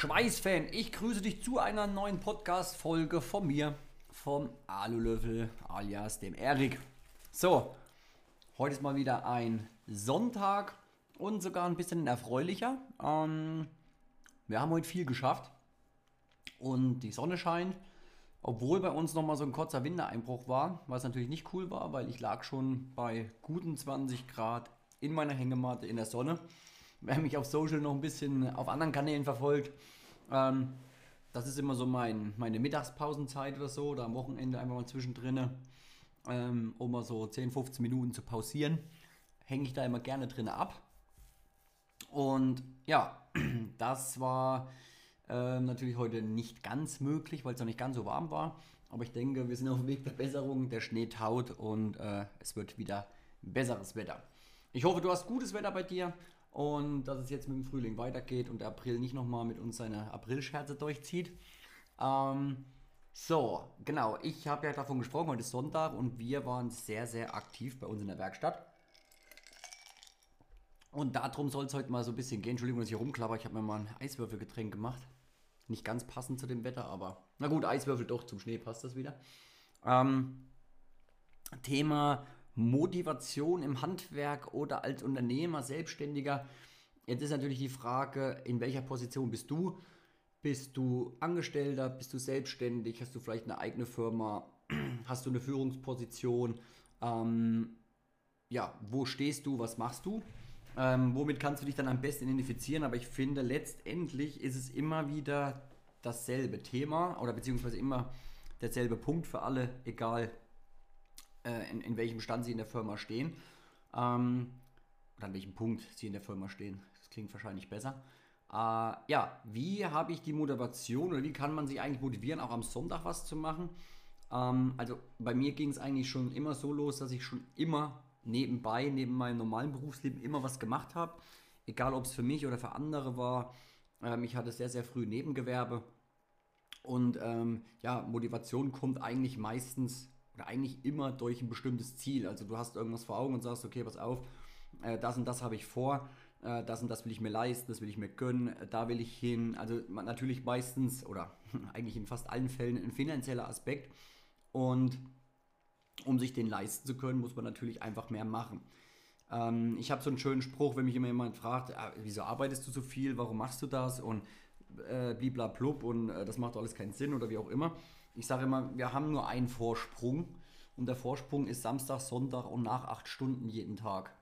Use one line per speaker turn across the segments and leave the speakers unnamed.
Schweißfan, ich grüße dich zu einer neuen Podcast-Folge von mir, vom Alulöffel alias dem Erik. So, heute ist mal wieder ein Sonntag und sogar ein bisschen erfreulicher. Wir haben heute viel geschafft und die Sonne scheint, obwohl bei uns nochmal so ein kurzer Wintereinbruch war, was natürlich nicht cool war, weil ich lag schon bei guten 20 Grad in meiner Hängematte in der Sonne. Wer mich auf Social noch ein bisschen auf anderen Kanälen verfolgt, ähm, das ist immer so meine Mittagspausenzeit oder so, oder am Wochenende einfach mal zwischendrin, um mal so 10, 15 Minuten zu pausieren, hänge ich da immer gerne drin ab. Und ja, das war natürlich heute nicht ganz möglich, weil es noch nicht ganz so warm war. Aber ich denke, wir sind auf dem Weg der Besserung. Der Schnee taut und es wird wieder besseres Wetter. Ich hoffe, du hast gutes Wetter bei dir und dass es jetzt mit dem Frühling weitergeht und der April nicht nochmal mit uns seine Aprilscherze durchzieht. So, genau, ich habe ja davon gesprochen, heute ist Sonntag und wir waren sehr, sehr aktiv bei uns in der Werkstatt. Und darum soll es heute mal so ein bisschen gehen. Entschuldigung, dass ich hier rumklapper. Ich habe mir mal ein Eiswürfelgetränk gemacht. Nicht ganz passend zu dem Wetter, aber na gut, Eiswürfel doch, zum Schnee passt das wieder. Ähm, Thema Motivation im Handwerk oder als Unternehmer, Selbstständiger. Jetzt ist natürlich die Frage, in welcher Position bist du? Bist du Angestellter? Bist du selbstständig? Hast du vielleicht eine eigene Firma? Hast du eine Führungsposition? Ähm, ja, wo stehst du? Was machst du? Womit kannst du dich dann am besten identifizieren? Aber ich finde, letztendlich ist es immer wieder dasselbe Thema oder beziehungsweise immer derselbe Punkt für alle, egal in welchem Stand sie in der Firma stehen. Oder an welchem Punkt sie in der Firma stehen. Das klingt wahrscheinlich besser. Ja, wie habe ich die Motivation oder wie kann man sich eigentlich motivieren, auch am Sonntag was zu machen? Also bei mir ging es eigentlich schon immer so los, dass ich schon immer nebenbei, neben meinem normalen Berufsleben immer was gemacht habe. Egal ob es für mich oder für andere war. Ich hatte sehr, sehr früh Nebengewerbe. Und ja, Motivation kommt eigentlich meistens oder eigentlich immer durch ein bestimmtes Ziel. Also du hast irgendwas vor Augen und sagst, okay, pass auf, das und das habe ich vor, das und das will ich mir leisten, das will ich mir gönnen, da will ich hin. Also natürlich meistens oder eigentlich in fast allen Fällen ein finanzieller Aspekt. Und um sich den leisten zu können, muss man natürlich einfach mehr machen. Ich habe so einen schönen Spruch, wenn mich immer jemand fragt, wieso arbeitest du so viel, warum machst du das und bliblablub und das macht alles keinen Sinn oder wie auch immer. Ich sage immer, wir haben nur einen Vorsprung und der Vorsprung ist Samstag, Sonntag und nach 8 Stunden jeden Tag.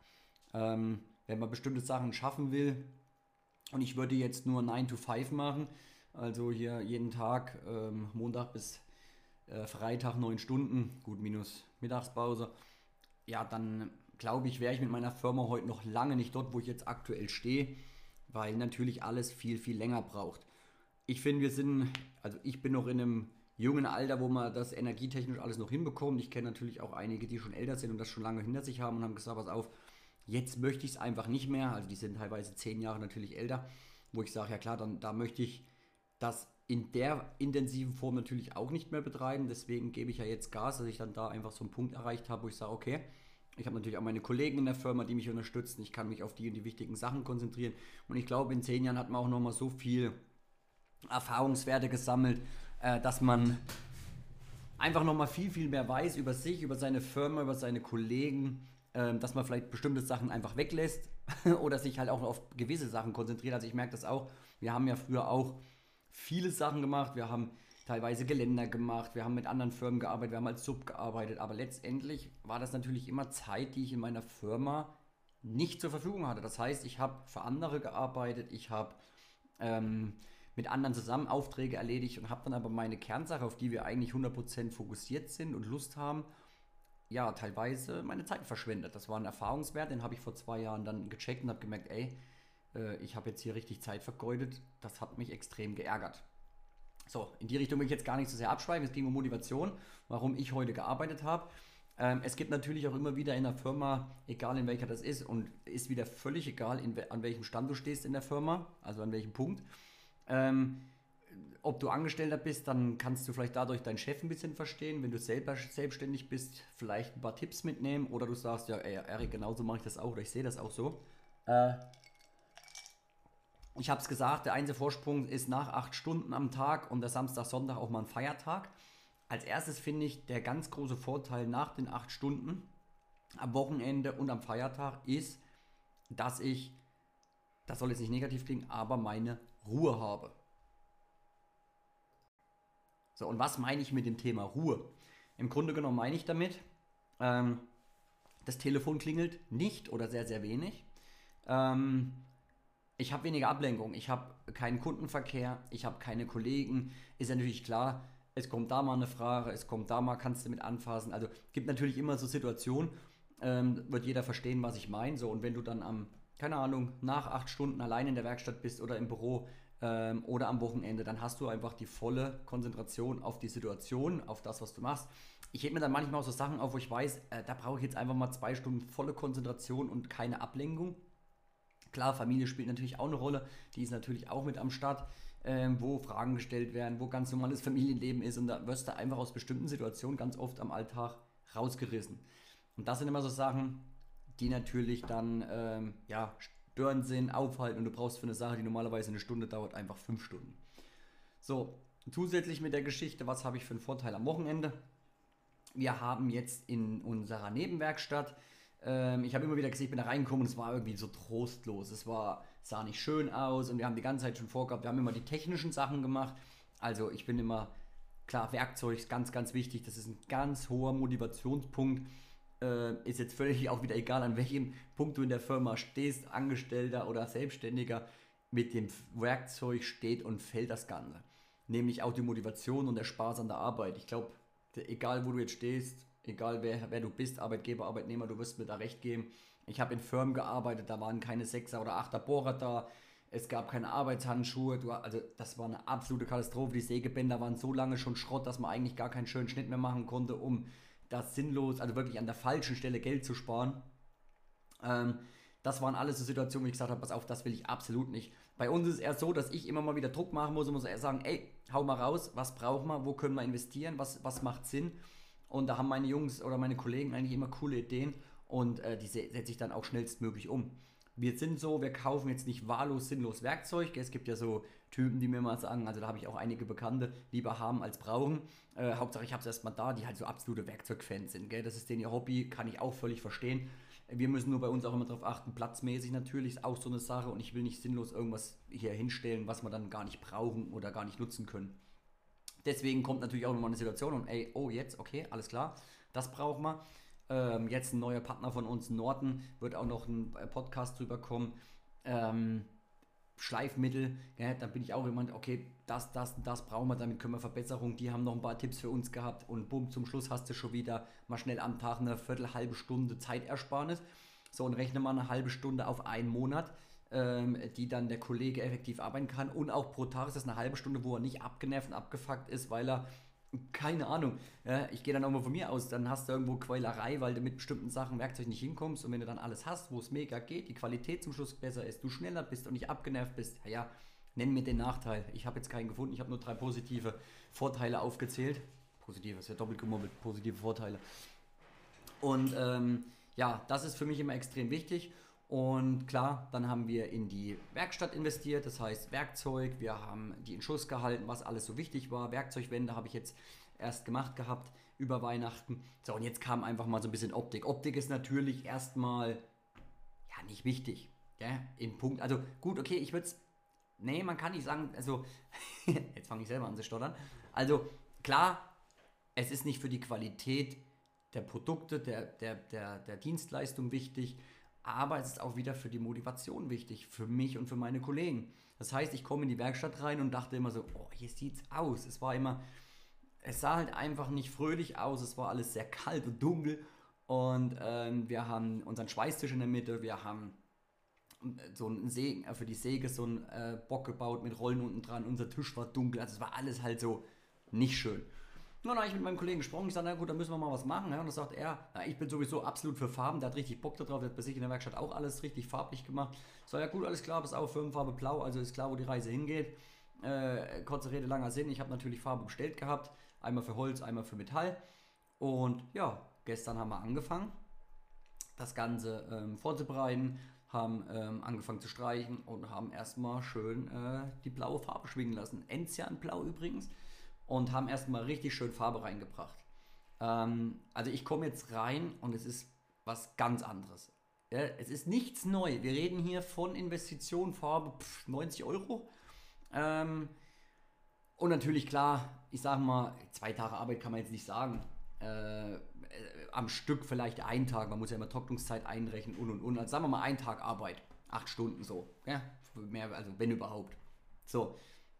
Wenn man bestimmte Sachen schaffen will und ich würde jetzt nur 9 to 5 machen, also hier jeden Tag, Montag bis Freitag 9 Stunden, gut minus Mittagspause, ja, dann glaube ich, wäre ich mit meiner Firma heute noch lange nicht dort, wo ich jetzt aktuell stehe, weil natürlich alles viel, viel länger braucht. Ich finde, also ich bin noch in einem jungen Alter, wo man das energietechnisch alles noch hinbekommt. Ich kenne natürlich auch einige, die schon älter sind und das schon lange hinter sich haben und haben gesagt, pass auf, jetzt möchte ich es einfach nicht mehr. Also die sind teilweise 10 Jahre natürlich älter, wo ich sage, ja klar, dann da möchte ich das in der intensiven Form natürlich auch nicht mehr betreiben. Deswegen gebe ich ja jetzt Gas, dass ich dann da einfach so einen Punkt erreicht habe, wo ich sage, okay, ich habe natürlich auch meine Kollegen in der Firma, die mich unterstützen. Ich kann mich auf die und die wichtigen Sachen konzentrieren. Und ich glaube, in 10 Jahren hat man auch nochmal so viel Erfahrungswerte gesammelt, dass man einfach nochmal viel, viel mehr weiß über sich, über seine Firma, über seine Kollegen, dass man vielleicht bestimmte Sachen einfach weglässt oder sich halt auch auf gewisse Sachen konzentriert. Also ich merke das auch. Wir haben ja früher auch viele Sachen gemacht. Wir haben teilweise Geländer gemacht, wir haben mit anderen Firmen gearbeitet, wir haben als Sub gearbeitet, aber letztendlich war das natürlich immer Zeit, die ich in meiner Firma nicht zur Verfügung hatte. Das heißt, ich habe für andere gearbeitet, ich habe mit anderen zusammen Aufträge erledigt und habe dann aber meine Kernsache, auf die wir eigentlich 100% fokussiert sind und Lust haben, ja, teilweise meine Zeit verschwendet. Das war ein Erfahrungswert, den habe ich vor 2 Jahren dann gecheckt und habe gemerkt, ey, ich habe jetzt hier richtig Zeit vergeudet. Das hat mich extrem geärgert. So, in die Richtung will ich jetzt gar nicht so sehr abschweifen. Es ging um Motivation, warum ich heute gearbeitet habe. Es gibt natürlich auch immer wieder in der Firma, egal in welcher das ist, und ist wieder völlig egal, an welchem Stand du stehst in der Firma, also an welchem Punkt. Ähm, Ob du Angestellter bist, dann kannst du vielleicht dadurch deinen Chef ein bisschen verstehen. Wenn du selber selbstständig bist, vielleicht ein paar Tipps mitnehmen. Oder du sagst, ja, ey, Erik, genauso mache ich das auch oder ich sehe das auch so. Äh, Ich habe es gesagt, der einzige Vorsprung ist nach 8 Stunden am Tag und der Samstag, Sonntag auch mal ein Feiertag. Als erstes finde ich, der ganz große Vorteil nach den 8 Stunden am Wochenende und am Feiertag ist, dass ich, das soll jetzt nicht negativ klingen, aber meine Ruhe habe. So, und was meine ich mit dem Thema Ruhe? Im Grunde genommen meine ich damit, ähm, das Telefon klingelt nicht oder sehr, sehr wenig. Ähm, Ich habe weniger Ablenkung, ich habe keinen Kundenverkehr, ich habe keine Kollegen. Ist ja natürlich klar, es kommt da mal eine Frage, es kommt da mal, kannst du mit anfassen. Also gibt natürlich immer so Situationen, wird jeder verstehen, was ich meine. So, und wenn du dann keine Ahnung, nach 8 Stunden allein in der Werkstatt bist oder im Büro oder am Wochenende, dann hast du einfach die volle Konzentration auf die Situation, auf das, was du machst. Ich hebe mir dann manchmal auch so Sachen auf, wo ich weiß, da brauche ich jetzt einfach mal 2 Stunden volle Konzentration und keine Ablenkung. Klar, Familie spielt natürlich auch eine Rolle, die ist natürlich auch mit am Start, wo Fragen gestellt werden, wo ganz normales Familienleben ist und da wirst du einfach aus bestimmten Situationen ganz oft am Alltag rausgerissen. Und das sind immer so Sachen, die natürlich dann ja, störend sind, aufhalten und du brauchst für eine Sache, die normalerweise eine Stunde dauert, einfach 5 Stunden. So, zusätzlich mit der Geschichte, was habe ich für einen Vorteil am Wochenende? Wir haben jetzt in unserer Nebenwerkstatt, ich habe immer wieder gesehen, ich bin da reingekommen und es war irgendwie so trostlos. Sah nicht schön aus und wir haben die ganze Zeit schon vorgehabt, wir haben immer die technischen Sachen gemacht. Also ich bin immer, klar, Werkzeug ist ganz, ganz wichtig. Das ist ein ganz hoher Motivationspunkt. Ist jetzt völlig auch wieder egal, an welchem Punkt du in der Firma stehst, Angestellter oder Selbstständiger. Mit dem Werkzeug steht und fällt das Ganze. Nämlich auch die Motivation und der Spaß an der Arbeit. Ich glaube, egal wo du jetzt stehst, egal wer du bist, Arbeitgeber, Arbeitnehmer, du wirst mir da recht geben. Ich habe in Firmen gearbeitet, da waren keine 6er oder 8er Bohrer da. Es gab keine Arbeitshandschuhe. Also das war eine absolute Katastrophe. Die Sägebänder waren so lange schon Schrott, dass man eigentlich gar keinen schönen Schnitt mehr machen konnte, um das sinnlos, also wirklich an der falschen Stelle Geld zu sparen. Ähm, Das waren alles so Situationen, wo ich gesagt habe, pass auf, das will ich absolut nicht. Bei uns ist es eher so, dass ich immer mal wieder Druck machen muss und muss eher sagen, ey, hau mal raus, was brauchen wir, wo können wir investieren, was macht Sinn. Und da haben meine Jungs oder meine Kollegen eigentlich immer coole Ideen und die setze ich dann auch schnellstmöglich um. Wir sind so, wir kaufen jetzt nicht wahllos, sinnlos Werkzeug. Es gibt ja so Typen, die mir mal sagen, also da habe ich auch einige Bekannte, lieber haben als brauchen. Hauptsache ich habe es erstmal da, die halt so absolute Werkzeugfans sind. Gell? Das ist denen ihr Hobby, kann ich auch völlig verstehen. Wir müssen nur bei uns auch immer darauf achten, platzmäßig natürlich ist auch so eine Sache und ich will nicht sinnlos irgendwas hier hinstellen, was wir dann gar nicht brauchen oder gar nicht nutzen können. Deswegen kommt natürlich auch nochmal eine Situation und ey, oh jetzt, okay, alles klar, das brauchen wir. Jetzt ein neuer Partner von uns, Norton, wird auch noch ein Podcast drüber kommen. Ähm, Schleifmittel, ja, da bin ich auch jemand, okay, das brauchen wir, damit können wir Verbesserungen, die haben noch ein paar Tipps für uns gehabt und bumm, zum Schluss hast du schon wieder mal schnell am Tag eine halbe Stunde Zeitersparnis. So, und rechne mal eine halbe Stunde auf einen Monat, die dann der Kollege effektiv arbeiten kann und auch pro Tag ist das eine halbe Stunde, wo er nicht abgenervt und abgefuckt ist, weil er keine Ahnung. Ja, ich gehe dann auch mal von mir aus, dann hast du irgendwo Quälerei, weil du mit bestimmten Sachen Werkzeug nicht hinkommst und wenn du dann alles hast, wo es mega geht, die Qualität zum Schluss besser ist, du schneller bist und nicht abgenervt bist, ja, nenn mir den Nachteil. Ich habe jetzt keinen gefunden, ich habe nur 3 positive Vorteile aufgezählt. Positive, ist ja doppelt gemobbelt, positive Vorteile. Und ja, das ist für mich immer extrem wichtig. Und klar, dann haben wir in die Werkstatt investiert, das heißt Werkzeug, wir haben die in Schuss gehalten, was alles so wichtig war. Werkzeugwände habe ich jetzt erst gemacht gehabt über Weihnachten. So, und jetzt kam einfach mal so ein bisschen Optik. Optik ist natürlich erstmal ja nicht wichtig. Ja, in Punkt. Also gut, okay, ich würde es. Nee, man kann nicht sagen, also jetzt fange ich selber an zu stottern. Also klar, es ist nicht für die Qualität der Produkte, der Dienstleistung wichtig, aber es ist auch wieder für die Motivation wichtig, für mich und für meine Kollegen. Das heißt, ich komme in die Werkstatt rein und dachte immer so, oh, hier sieht's aus. Es sah halt einfach nicht fröhlich aus, es war alles sehr kalt und dunkel und wir haben unseren Schweißtisch in der Mitte, wir haben so einen Sägen, für die Säge so einen Bock gebaut mit Rollen unten dran, unser Tisch war dunkel, also es war alles halt so nicht schön. Na, dann habe ich mit meinem Kollegen gesprochen, ich sagte, na gut, dann müssen wir mal was machen. Ja? Und dann sagt er, na, ich bin sowieso absolut für Farben, der hat richtig Bock darauf, der hat bei sich in der Werkstatt auch alles richtig farblich gemacht. Ich sage, ja gut, alles klar, bis auf Firmenfarbe blau, also ist klar, wo die Reise hingeht. Kurze Rede, langer Sinn, ich habe natürlich Farbe bestellt gehabt, einmal für Holz, einmal für Metall. Und ja, gestern haben wir angefangen, das Ganze vorzubereiten, haben angefangen zu streichen und haben erstmal schön die blaue Farbe schwingen lassen. Enzianblau übrigens. Und haben erstmal richtig schön Farbe reingebracht. Also ich komme jetzt rein und es ist was ganz anderes. Ja, es ist nichts neu. Wir reden hier von Investition, Farbe 90 Euro. Ähm, und natürlich klar, ich sage mal, 2 Tage Arbeit kann man jetzt nicht sagen. Am Stück vielleicht einen Tag, man muss ja immer Trocknungszeit einrechnen und. Also sagen wir mal einen Tag Arbeit, 8 Stunden so. Ja? Mehr, also wenn überhaupt. So,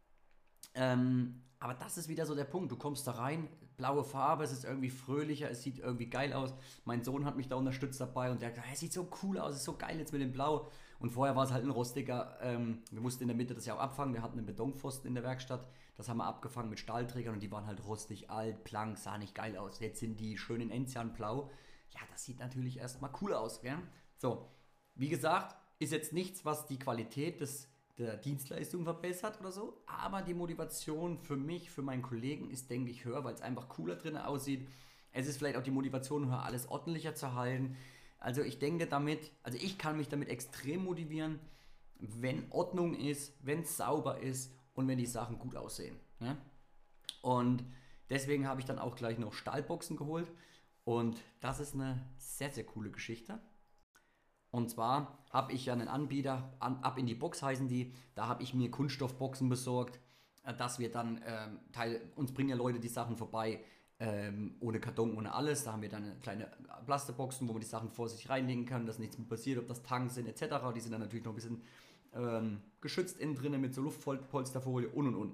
aber das ist wieder so der Punkt. Du kommst da rein, blaue Farbe, es ist irgendwie fröhlicher, es sieht irgendwie geil aus. Mein Sohn hat mich da unterstützt dabei und der hat gesagt, hey, es sieht so cool aus, es ist so geil jetzt mit dem Blau. Und vorher war es halt ein rostiger, wir mussten in der Mitte das ja auch abfangen, wir hatten einen Betonpfosten in der Werkstatt. Das haben wir abgefangen mit Stahlträgern und die waren halt rostig, alt, blank, sah nicht geil aus. Jetzt sind die schön in Enzianblau. Ja, das sieht natürlich erstmal cool aus, gell? So, wie gesagt, ist jetzt nichts, was die Qualität der Dienstleistung verbessert oder so, aber die Motivation für mich, für meinen Kollegen ist, denke ich, höher, weil es einfach cooler drin aussieht. Es ist vielleicht auch die Motivation höher, alles ordentlicher zu halten. Also ich denke damit, also ich kann mich damit extrem motivieren, wenn Ordnung ist, wenn es sauber ist und wenn die Sachen gut aussehen. Ja? Und deswegen habe ich dann auch gleich noch Stahlboxen geholt und das ist eine sehr, sehr coole Geschichte. Und zwar habe ich ja einen Anbieter, ab in die Box heißen die, da habe ich mir Kunststoffboxen besorgt, dass wir dann, uns bringen ja Leute die Sachen vorbei, ohne Karton, ohne alles. Da haben wir dann eine kleine Plastikboxen, wo man die Sachen vor sich reinlegen kann, dass nichts mehr passiert, ob das Tanks sind etc. Die sind dann natürlich noch ein bisschen geschützt innen drinnen mit so Luftpolsterfolie und.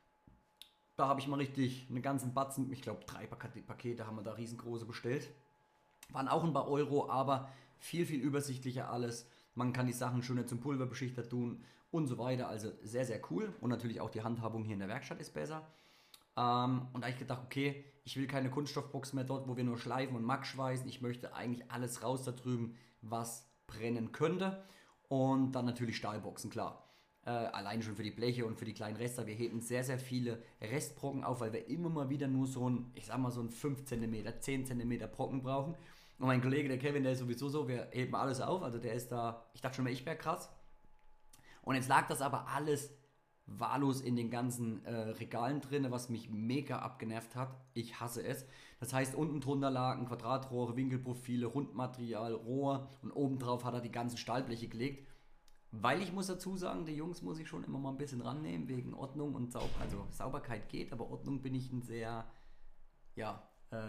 Da habe ich mal richtig einen ganzen Batzen, ich glaube 3 Pakete haben wir da riesengroße bestellt. Waren auch ein paar Euro, aber viel, viel übersichtlicher alles. Man kann die Sachen schöner zum Pulverbeschichter tun und so weiter. Also sehr, sehr cool. Und natürlich auch die Handhabung hier in der Werkstatt ist besser. Und da habe ich gedacht, okay, ich will keine Kunststoffbox mehr dort, wo wir nur schleifen und Mack schweißen. Ich möchte eigentlich alles raus da drüben, was brennen könnte. Und dann natürlich Stahlboxen, klar. Alleine schon für die Bleche und für die kleinen Rester. Wir heben sehr, sehr viele Restbrocken auf, weil wir immer mal wieder nur so ein, ich sag mal so ein 5 cm, 10 cm Brocken brauchen. Und mein Kollege, der Kevin, der ist sowieso so, wir heben alles auf. Also der ist da, ich dachte schon mal, ich wäre krass. Und jetzt lag das aber alles wahllos in den ganzen Regalen drin, was mich mega abgenervt hat. Ich hasse es. Das heißt, unten drunter lagen Quadratrohre, Winkelprofile, Rundmaterial, Rohr und obendrauf hat er die ganzen Stahlbleche gelegt. Weil ich muss dazu sagen, die Jungs muss ich schon immer mal ein bisschen rannehmen, wegen Ordnung und also Sauberkeit geht, aber Ordnung bin ich ein sehr, ja,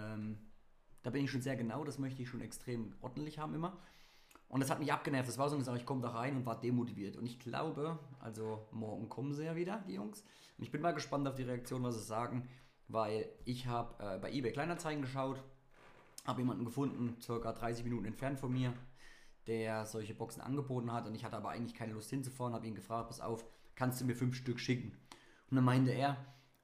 da bin ich schon sehr genau, das möchte ich schon extrem ordentlich haben immer. Und das hat mich abgenervt. Das war so eine Sache, ich komme da rein und war demotiviert. Und ich glaube, also morgen kommen sie ja wieder, die Jungs. Und ich bin mal gespannt auf die Reaktion, was sie sagen, weil ich habe bei eBay Kleinanzeigen geschaut, habe jemanden gefunden, circa 30 Minuten entfernt von mir, der solche Boxen angeboten hat. Und ich hatte aber eigentlich keine Lust hinzufahren, habe ihn gefragt, pass auf, kannst du mir 5 Stück schicken? Und dann meinte er,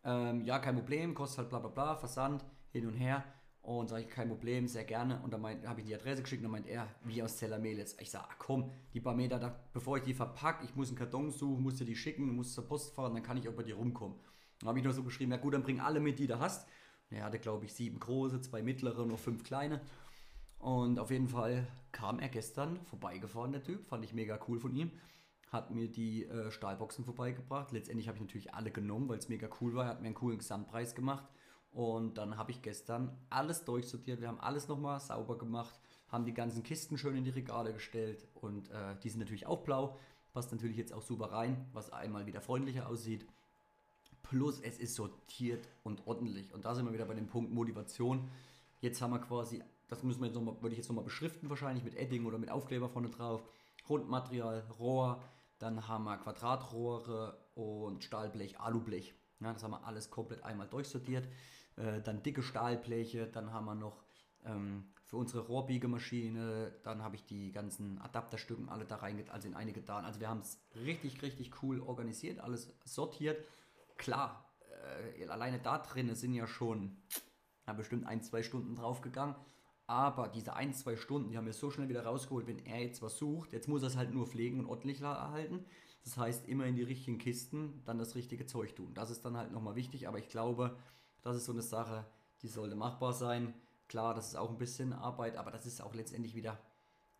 ja, kein Problem, kostet halt bla bla bla, Versand, hin und her. Und sage ich, kein Problem, sehr gerne. Und dann habe ich die Adresse geschickt und dann meint er, wie aus Zellermehlitz. Ich sage, komm, die paar Meter, bevor ich die verpacke, ich muss einen Karton suchen, muss dir die schicken, muss zur Post fahren, dann kann ich auch bei dir rumkommen. Dann habe ich nur so geschrieben, ja gut, dann bring alle mit, die du hast. Und er hatte, glaube ich, 7 große, 2 mittlere, noch 5 kleine. Und auf jeden Fall kam er gestern vorbeigefahren, der Typ. Fand ich mega cool von ihm. Hat mir die Stahlboxen vorbeigebracht. Letztendlich habe ich natürlich alle genommen, weil es mega cool war. Er hat mir einen coolen Gesamtpreis gemacht. Und dann habe ich gestern alles durchsortiert. Wir haben alles nochmal sauber gemacht, haben die ganzen Kisten schön in die Regale gestellt. Und die sind natürlich auch blau. Passt natürlich jetzt auch super rein, was einmal wieder freundlicher aussieht. Plus es ist sortiert und ordentlich. Und da sind wir wieder bei dem Punkt Motivation. Jetzt haben wir quasi, das müssen wir jetzt noch mal, würde ich jetzt nochmal beschriften, wahrscheinlich mit Edding oder mit Aufkleber vorne drauf. Rundmaterial, Rohr, dann haben wir Quadratrohre und Stahlblech, Alublech. Ja, das haben wir alles komplett einmal durchsortiert. Dann dicke Stahlbleche, dann haben wir noch für unsere Rohrbiegemaschine, dann habe ich die ganzen Adapterstücken alle da reingetan, also in eine getan. Also wir haben es richtig, richtig cool organisiert, alles sortiert. Klar, alleine da drin sind ja schon bestimmt 1, 2 Stunden draufgegangen. Aber diese 1, 2 Stunden, die haben wir so schnell wieder rausgeholt, wenn er jetzt was sucht. Jetzt muss er es halt nur pflegen und ordentlich erhalten. Das heißt, immer in die richtigen Kisten dann das richtige Zeug tun. Das ist dann halt nochmal wichtig, aber ich glaube, das ist so eine Sache, die sollte machbar sein. Klar, das ist auch ein bisschen Arbeit, aber das ist auch letztendlich wieder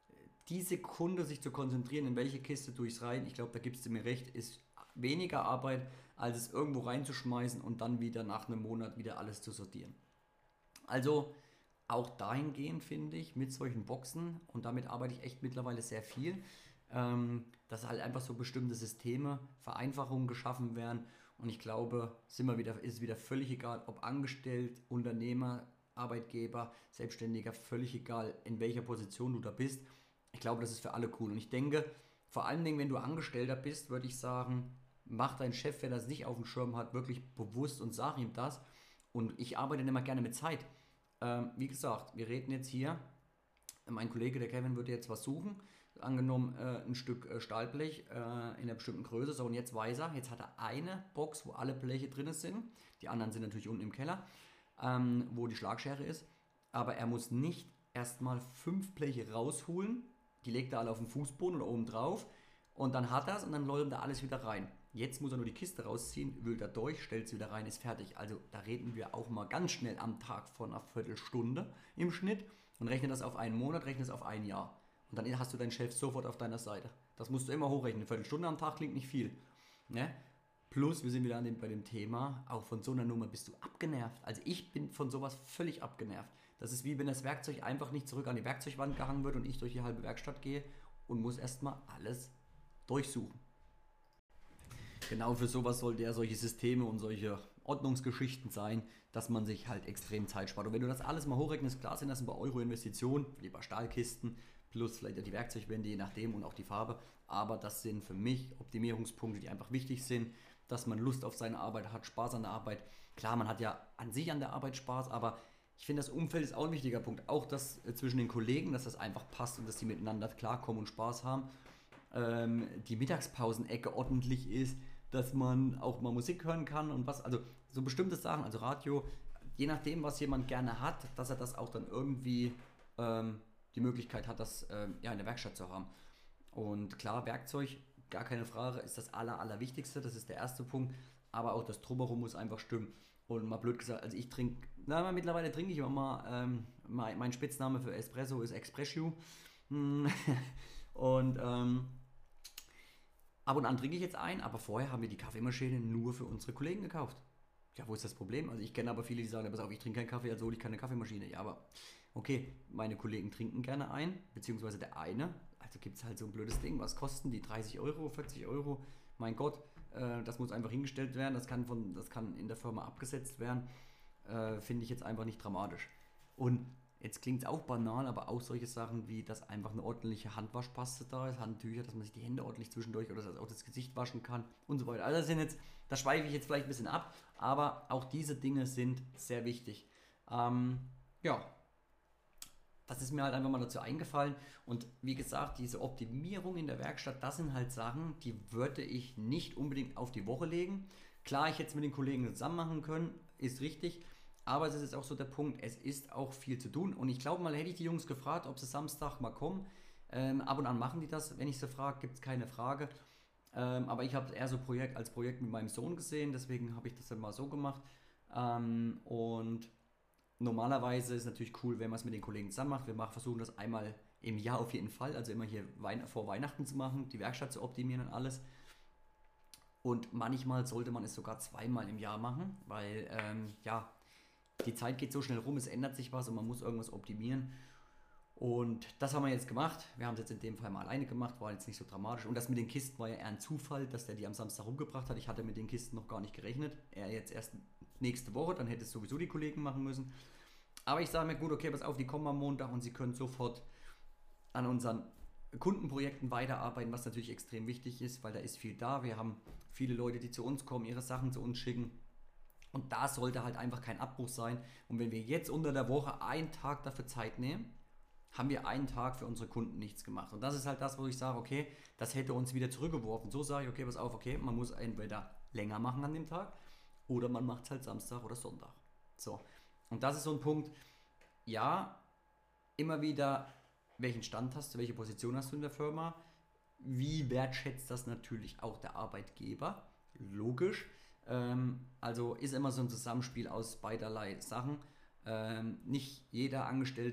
die Sekunde sich zu konzentrieren, in welche Kiste tue ich es rein, ich glaube, da gibst du mir recht, ist weniger Arbeit, als es irgendwo reinzuschmeißen und dann wieder nach einem Monat wieder alles zu sortieren. Also auch dahingehend finde ich mit solchen Boxen, und damit arbeite ich echt mittlerweile sehr viel, dass halt einfach so bestimmte Systeme, Vereinfachungen geschaffen werden. Und ich glaube, ist es wieder völlig egal, ob angestellt, Unternehmer, Arbeitgeber, Selbstständiger, völlig egal, in welcher Position du da bist. Ich glaube, das ist für alle cool. Und ich denke, vor allen Dingen, wenn du Angestellter bist, würde ich sagen, mach deinen Chef, wenn er das nicht auf dem Schirm hat, wirklich bewusst und sag ihm das. Und ich arbeite immer gerne mit Zeit. Wie gesagt, wir reden jetzt hier, mein Kollege, der Kevin, würde jetzt was suchen, angenommen ein Stück Stahlblech in einer bestimmten Größe, so, und jetzt weiß er, jetzt hat er eine Box, wo alle Bleche drin sind, die anderen sind natürlich unten im Keller, wo die Schlagschere ist, aber er muss nicht erstmal 5 Bleche rausholen, die legt er alle auf den Fußboden oder oben drauf, und dann hat er es und dann läuft er alles wieder rein. Jetzt muss er nur die Kiste rausziehen, wühlt er durch, stellt es wieder rein, ist fertig. Also da reden wir auch mal ganz schnell am Tag von einer Viertelstunde im Schnitt und rechne das auf einen Monat, rechne das auf ein Jahr. Und dann hast du deinen Chef sofort auf deiner Seite. Das musst du immer hochrechnen. Eine Viertelstunde am Tag klingt nicht viel. Ne? Plus, wir sind wieder bei dem Thema, auch von so einer Nummer bist du abgenervt. Also ich bin von sowas völlig abgenervt. Das ist wie wenn das Werkzeug einfach nicht zurück an die Werkzeugwand gehangen wird und ich durch die halbe Werkstatt gehe und muss erstmal alles durchsuchen. Genau für sowas sollte ja solche Systeme und solche Ordnungsgeschichten sein, dass man sich halt extrem Zeit spart. Und wenn du das alles mal hochrechnest, klar sind das ein paar Euro Investitionen, wie bei Stahlkisten, plus vielleicht die Werkzeugwände, je nachdem, und auch die Farbe. Aber das sind für mich Optimierungspunkte, die einfach wichtig sind, dass man Lust auf seine Arbeit hat, Spaß an der Arbeit. Klar, man hat ja an sich an der Arbeit Spaß, aber ich finde, das Umfeld ist auch ein wichtiger Punkt. Auch das zwischen den Kollegen, dass das einfach passt und dass die miteinander klarkommen und Spaß haben. Die Mittagspausenecke ordentlich ist, dass man auch mal Musik hören kann und was, also so bestimmte Sachen, also Radio, je nachdem, was jemand gerne hat, dass er das auch dann irgendwie die Möglichkeit hat, das ja in der Werkstatt zu haben. Und klar, Werkzeug, gar keine Frage, ist das Allerwichtigste, das ist der erste Punkt, aber auch das Drumherum muss einfach stimmen. Und mal blöd gesagt, also ich trinke, mittlerweile trinke ich immer mal, mein Spitzname für Espresso ist Expressio. Und ab und an trinke ich jetzt ein, aber vorher haben wir die Kaffeemaschine nur für unsere Kollegen gekauft. Ja, wo ist das Problem? Also ich kenne aber viele, die sagen, pass auf, ich trinke keinen Kaffee, also hole ich keine Kaffeemaschine. Ja, aber okay, meine Kollegen trinken gerne ein, beziehungsweise der eine. Also gibt es halt so ein blödes Ding. Was kosten die? 30 Euro, 40 Euro? Mein Gott, das muss einfach hingestellt werden. Das kann in der Firma abgesetzt werden. Finde ich jetzt einfach nicht dramatisch. Und jetzt klingt es auch banal, aber auch solche Sachen wie, dass einfach eine ordentliche Handwaschpaste da ist, Handtücher, dass man sich die Hände ordentlich zwischendurch oder auch das Gesicht waschen kann und so weiter. Also da schweife ich jetzt vielleicht ein bisschen ab, aber auch diese Dinge sind sehr wichtig. Ja, das ist mir halt einfach mal dazu eingefallen. Und wie gesagt, diese Optimierung in der Werkstatt, das sind halt Sachen, die würde ich nicht unbedingt auf die Woche legen. Klar, ich hätte es mit den Kollegen zusammen machen können, ist richtig. Aber es ist jetzt auch so der Punkt, es ist auch viel zu tun. Und ich glaube mal, hätte ich die Jungs gefragt, ob sie Samstag mal kommen. Ab und an machen die das. Wenn ich sie frage, gibt es keine Frage. Aber ich habe es eher so als Projekt mit meinem Sohn gesehen. Deswegen habe ich das dann mal so gemacht. Und normalerweise ist es natürlich cool, wenn man es mit den Kollegen zusammen macht. Wir versuchen das einmal im Jahr auf jeden Fall. Also immer hier vor Weihnachten zu machen, die Werkstatt zu optimieren und alles. Und manchmal sollte man es sogar zweimal im Jahr machen, weil ja, die Zeit geht so schnell rum, es ändert sich was und man muss irgendwas optimieren. Und das haben wir jetzt gemacht. Wir haben es jetzt in dem Fall mal alleine gemacht, war jetzt nicht so dramatisch. Und das mit den Kisten war ja eher ein Zufall, dass der die am Samstag rumgebracht hat. Ich hatte mit den Kisten noch gar nicht gerechnet. Er jetzt erst nächste Woche, dann hätte es sowieso die Kollegen machen müssen. Aber ich sage mir, gut, okay, pass auf, die kommen am Montag und sie können sofort an unseren Kundenprojekten weiterarbeiten, was natürlich extrem wichtig ist, weil da ist viel da. Wir haben viele Leute, die zu uns kommen, ihre Sachen zu uns schicken. Und da sollte halt einfach kein Abbruch sein. Und wenn wir jetzt unter der Woche einen Tag dafür Zeit nehmen, haben wir einen Tag für unsere Kunden nichts gemacht. Und das ist halt das, wo ich sage, okay, das hätte uns wieder zurückgeworfen. So sage ich, okay, pass auf, okay, man muss entweder länger machen an dem Tag oder man macht es halt Samstag oder Sonntag. So. Und das ist so ein Punkt, ja, immer wieder, welchen Stand hast du, welche Position hast du in der Firma, wie wertschätzt das natürlich auch der Arbeitgeber, logisch. Also ist immer so ein Zusammenspiel aus beiderlei Sachen. Nicht jeder Angestellte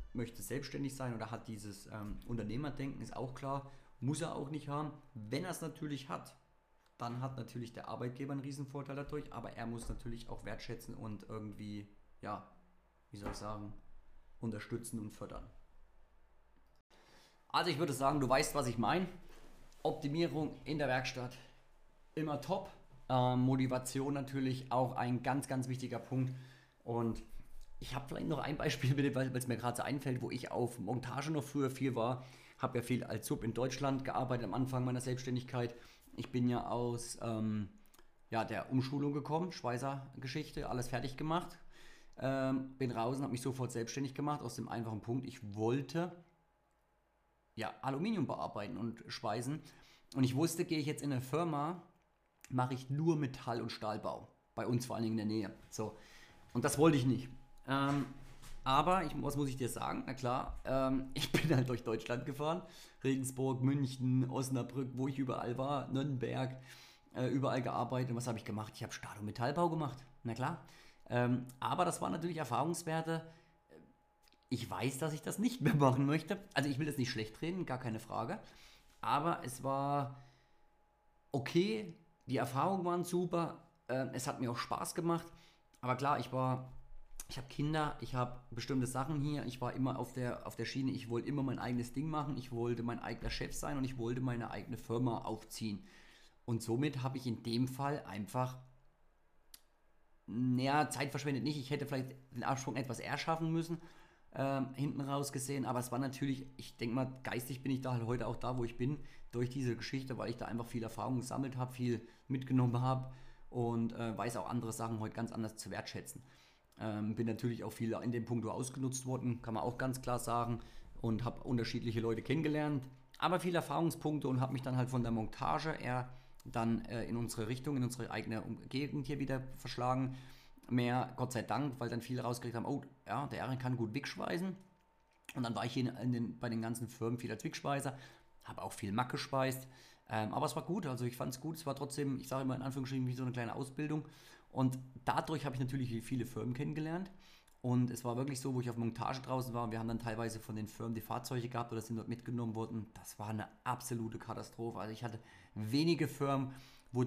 möchte selbstständig sein oder hat dieses Unternehmerdenken, ist auch klar, muss er auch nicht haben. Wenn er es natürlich hat, dann hat natürlich der Arbeitgeber einen Riesenvorteil dadurch, aber er muss natürlich auch wertschätzen und irgendwie, ja, wie soll ich sagen, unterstützen und fördern. Also ich würde sagen, du weißt, was ich meine. Optimierung in der Werkstatt immer top. Motivation natürlich auch ein ganz, ganz wichtiger Punkt. Und ich habe vielleicht noch ein Beispiel, bitte, weil es mir gerade so einfällt, wo ich auf Montage noch früher viel war. Habe ja viel als Sub in Deutschland gearbeitet am Anfang meiner Selbstständigkeit. Ich bin ja aus ja, der Umschulung gekommen, Schweißergeschichte, alles fertig gemacht. Bin raus und habe mich sofort selbstständig gemacht, aus dem einfachen Punkt, ich wollte ja, Aluminium bearbeiten und schweißen. Und ich wusste, gehe ich jetzt in eine Firma, mache ich nur Metall- und Stahlbau. Bei uns vor allen Dingen in der Nähe. So. Und das wollte ich nicht. Aber, was muss ich dir sagen? Na klar, ich bin halt durch Deutschland gefahren. Regensburg, München, Osnabrück, wo ich überall war, Nürnberg, überall gearbeitet. Und was habe ich gemacht? Ich habe Stahl- und Metallbau gemacht. Na klar. Aber das waren natürlich Erfahrungswerte. Ich weiß, dass ich das nicht mehr machen möchte. Also ich will das nicht schlecht reden, gar keine Frage. Aber es war okay, die Erfahrungen waren super, es hat mir auch Spaß gemacht. Aber klar, ich habe Kinder, ich habe bestimmte Sachen hier, ich war immer auf der Schiene, ich wollte immer mein eigenes Ding machen, ich wollte mein eigener Chef sein und ich wollte meine eigene Firma aufziehen. Und somit habe ich in dem Fall einfach, naja, Zeit verschwendet nicht, ich hätte vielleicht den Absprung etwas eher schaffen müssen, hinten raus gesehen, aber es war natürlich, ich denke mal, geistig bin ich da halt heute auch da, wo ich bin, durch diese Geschichte, weil ich da einfach viel Erfahrung gesammelt habe, viel mitgenommen habe und weiß auch andere Sachen heute ganz anders zu wertschätzen. Bin natürlich auch viel in dem Punkt ausgenutzt worden, kann man auch ganz klar sagen, und habe unterschiedliche Leute kennengelernt, aber viele Erfahrungspunkte und habe mich dann halt von der Montage eher dann in unsere Richtung, in unsere eigene Gegend hier wieder verschlagen. Mehr, Gott sei Dank, weil dann viele rausgekriegt haben, oh ja, der Erin kann gut Wigschweißen. Und dann war ich hier bei den ganzen Firmen viel als Wigschweißer, habe auch viel Mack gespeist. Aber es war gut, also ich fand es gut. Es war trotzdem, ich sage immer in Anführungsstrichen, wie so eine kleine Ausbildung. Und dadurch habe ich natürlich viele Firmen kennengelernt. Und es war wirklich so, wo ich auf Montage draußen war, und wir haben dann teilweise von den Firmen die Fahrzeuge gehabt oder sind dort mitgenommen worden. Das war eine absolute Katastrophe. Also ich hatte wenige Firmen, wo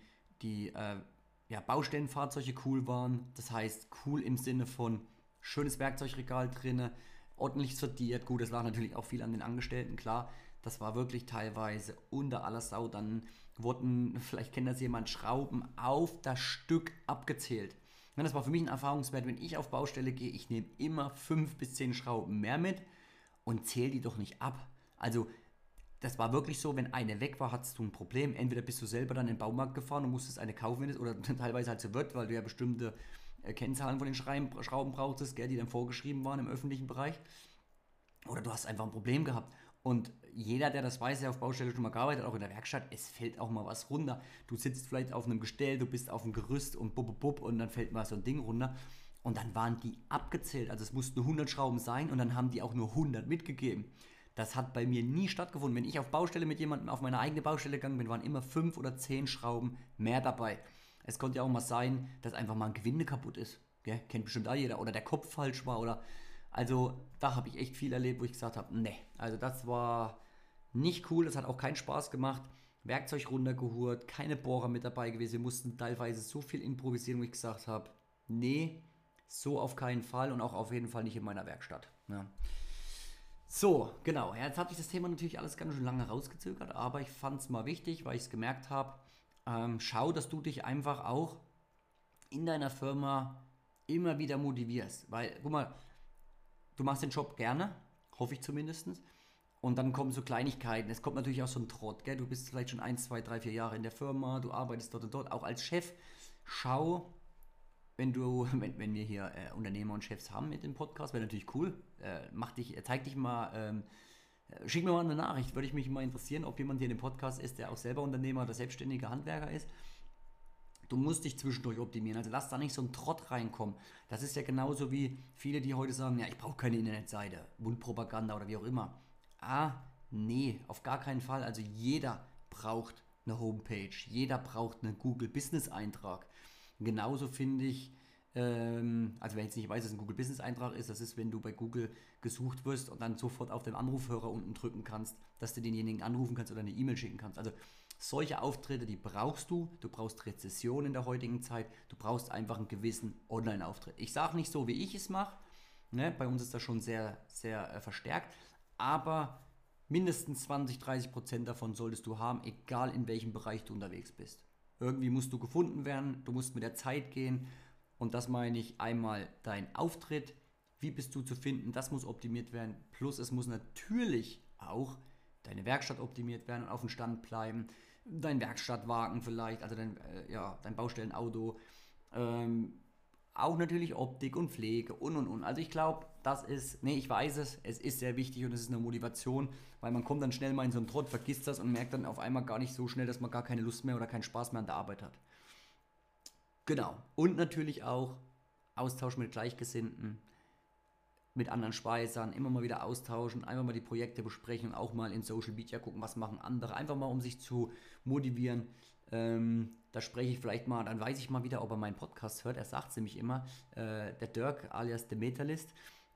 die ja, Baustellenfahrzeuge cool waren. Das heißt, cool im Sinne von schönes Werkzeugregal drinne, ordentlich sortiert. Gut, das lag natürlich auch viel an den Angestellten, klar. Das war wirklich teilweise unter aller Sau. Dann wurden, vielleicht kennt das jemand, Schrauben auf das Stück abgezählt. Ja, das war für mich ein Erfahrungswert, wenn ich auf Baustelle gehe, ich nehme immer 5 bis 10 Schrauben mehr mit und zähle die doch nicht ab. Also das war wirklich so, wenn eine weg war, hattest du ein Problem. Entweder bist du selber dann in den Baumarkt gefahren und musstest eine kaufen, oder teilweise halt so wird, weil du ja bestimmte Kennzahlen von den Schrauben brauchtest, gell, die dann vorgeschrieben waren im öffentlichen Bereich. Oder du hast einfach ein Problem gehabt. Und jeder, der das weiß, der auf Baustelle schon mal gearbeitet hat, auch in der Werkstatt, es fällt auch mal was runter. Du sitzt vielleicht auf einem Gestell, du bist auf dem Gerüst und bub, bub, bub, und dann fällt mal so ein Ding runter. Und dann waren die abgezählt. Also es mussten 100 Schrauben sein und dann haben die auch nur 100 mitgegeben. Das hat bei mir nie stattgefunden. Wenn ich auf Baustelle mit jemandem auf meine eigene Baustelle gegangen bin, waren immer 5 oder 10 Schrauben mehr dabei. Es konnte ja auch mal sein, dass einfach mal ein Gewinde kaputt ist. Gell? Kennt bestimmt auch jeder. Oder der Kopf falsch war. Oder also da habe ich echt viel erlebt, wo ich gesagt habe, nee, also das war nicht cool. Das hat auch keinen Spaß gemacht. Werkzeug runtergehurt, keine Bohrer mit dabei gewesen. Wir mussten teilweise so viel improvisieren, wo ich gesagt habe, nee, so auf keinen Fall und auch auf jeden Fall nicht in meiner Werkstatt. Ja. So, genau. Ja, jetzt habe ich das Thema natürlich alles ganz schön lange rausgezögert, aber ich fand es mal wichtig, weil ich es gemerkt habe. Schau, dass du dich einfach auch in deiner Firma immer wieder motivierst. Weil, guck mal, du machst den Job gerne, hoffe ich zumindest. Und dann kommen so Kleinigkeiten. Es kommt natürlich auch so ein Trott, gell? Du bist vielleicht schon 1, 2, 3, 4 Jahre in der Firma, du arbeitest dort und dort, auch als Chef. Schau, wenn wir hier Unternehmer und Chefs haben mit dem Podcast, wäre natürlich cool. Zeig dich mal, schick mir mal eine Nachricht, würde ich mich mal interessieren, ob jemand hier in dem Podcast ist, der auch selber Unternehmer oder selbstständiger Handwerker ist. Du musst dich zwischendurch optimieren, also lass da nicht so ein Trott reinkommen. Das ist ja genauso wie viele, die heute sagen, ja, ich brauche keine Internetseite, Mundpropaganda oder wie auch immer. Nee, auf gar keinen Fall. Also jeder braucht eine Homepage, jeder braucht einen Google Business Eintrag. Genauso finde ich, Also wer jetzt nicht weiß, was ein Google Business Eintrag ist, das ist, wenn du bei Google gesucht wirst und dann sofort auf den Anrufhörer unten drücken kannst, dass du denjenigen anrufen kannst oder eine E-Mail schicken kannst. Also solche Auftritte, die brauchst du. Du brauchst Rezession in der heutigen Zeit. Du brauchst einfach einen gewissen Online-Auftritt. Ich sage nicht so, wie ich es mache. Ne? Bei uns ist das schon sehr, sehr verstärkt. Aber mindestens 20-30% davon solltest du haben, egal in welchem Bereich du unterwegs bist. Irgendwie musst du gefunden werden, du musst mit der Zeit gehen. Und das meine ich einmal dein Auftritt. Wie bist du zu finden? Das muss optimiert werden. Plus es muss natürlich auch deine Werkstatt optimiert werden und auf dem Stand bleiben. Dein Werkstattwagen vielleicht, also dein Baustellenauto. Ähm, Auch natürlich Optik und Pflege und. Also ich glaube, ich weiß es ist sehr wichtig und es ist eine Motivation, weil man kommt dann schnell mal in so einen Trott, vergisst das und merkt dann auf einmal gar nicht so schnell, dass man gar keine Lust mehr oder keinen Spaß mehr an der Arbeit hat. Genau. Und natürlich auch Austausch mit Gleichgesinnten, mit anderen Speisern, immer mal wieder austauschen, einfach mal die Projekte besprechen und auch mal in Social Media gucken, was machen andere, einfach mal um sich zu motivieren. Da spreche ich vielleicht mal, dann weiß ich mal wieder, ob er meinen Podcast hört. Er sagt es nämlich immer, der Dirk alias The Metalist.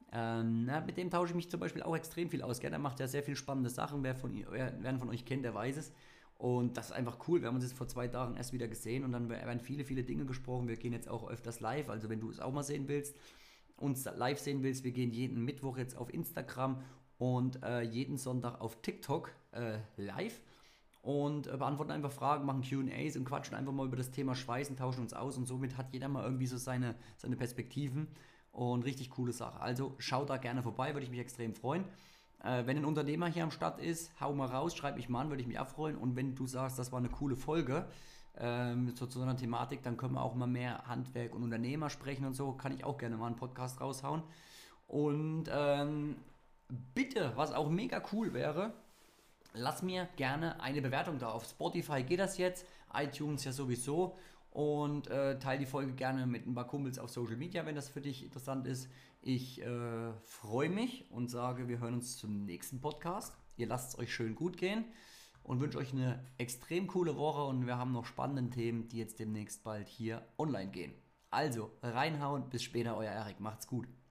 Mit dem tausche ich mich zum Beispiel auch extrem viel aus. Gell? Der macht ja sehr viel spannende Sachen. Wer von euch kennt, der weiß es. Und das ist einfach cool. Wir haben uns jetzt vor 2 Tagen erst wieder gesehen und dann werden viele, viele Dinge gesprochen. Wir gehen jetzt auch öfters live. Also wenn du es auch mal sehen willst, uns live sehen willst, wir gehen jeden Mittwoch jetzt auf Instagram und jeden Sonntag auf TikTok live und beantworten einfach Fragen, machen Q&As und quatschen einfach mal über das Thema Schweißen, tauschen uns aus und somit hat jeder mal irgendwie so seine Perspektiven und richtig coole Sache. Also schau da gerne vorbei, würde ich mich extrem freuen. Wenn ein Unternehmer hier am Start ist, hau mal raus, schreib mich mal an, würde ich mich auch freuen. Und wenn du sagst, das war eine coole Folge zu so einer Thematik, dann können wir auch mal mehr Handwerk und Unternehmer sprechen und so. Kann ich auch gerne mal einen Podcast raushauen. Und bitte, was auch mega cool wäre, lass mir gerne eine Bewertung da. Auf Spotify geht das jetzt, iTunes ja sowieso. Und teile die Folge gerne mit ein paar Kumpels auf Social Media, wenn das für dich interessant ist. Ich freue mich und sage, wir hören uns zum nächsten Podcast. Ihr lasst es euch schön gut gehen und wünsche euch eine extrem coole Woche und wir haben noch spannende Themen, die jetzt demnächst bald hier online gehen. Also, reinhauen, bis später, euer Erik. Macht's gut.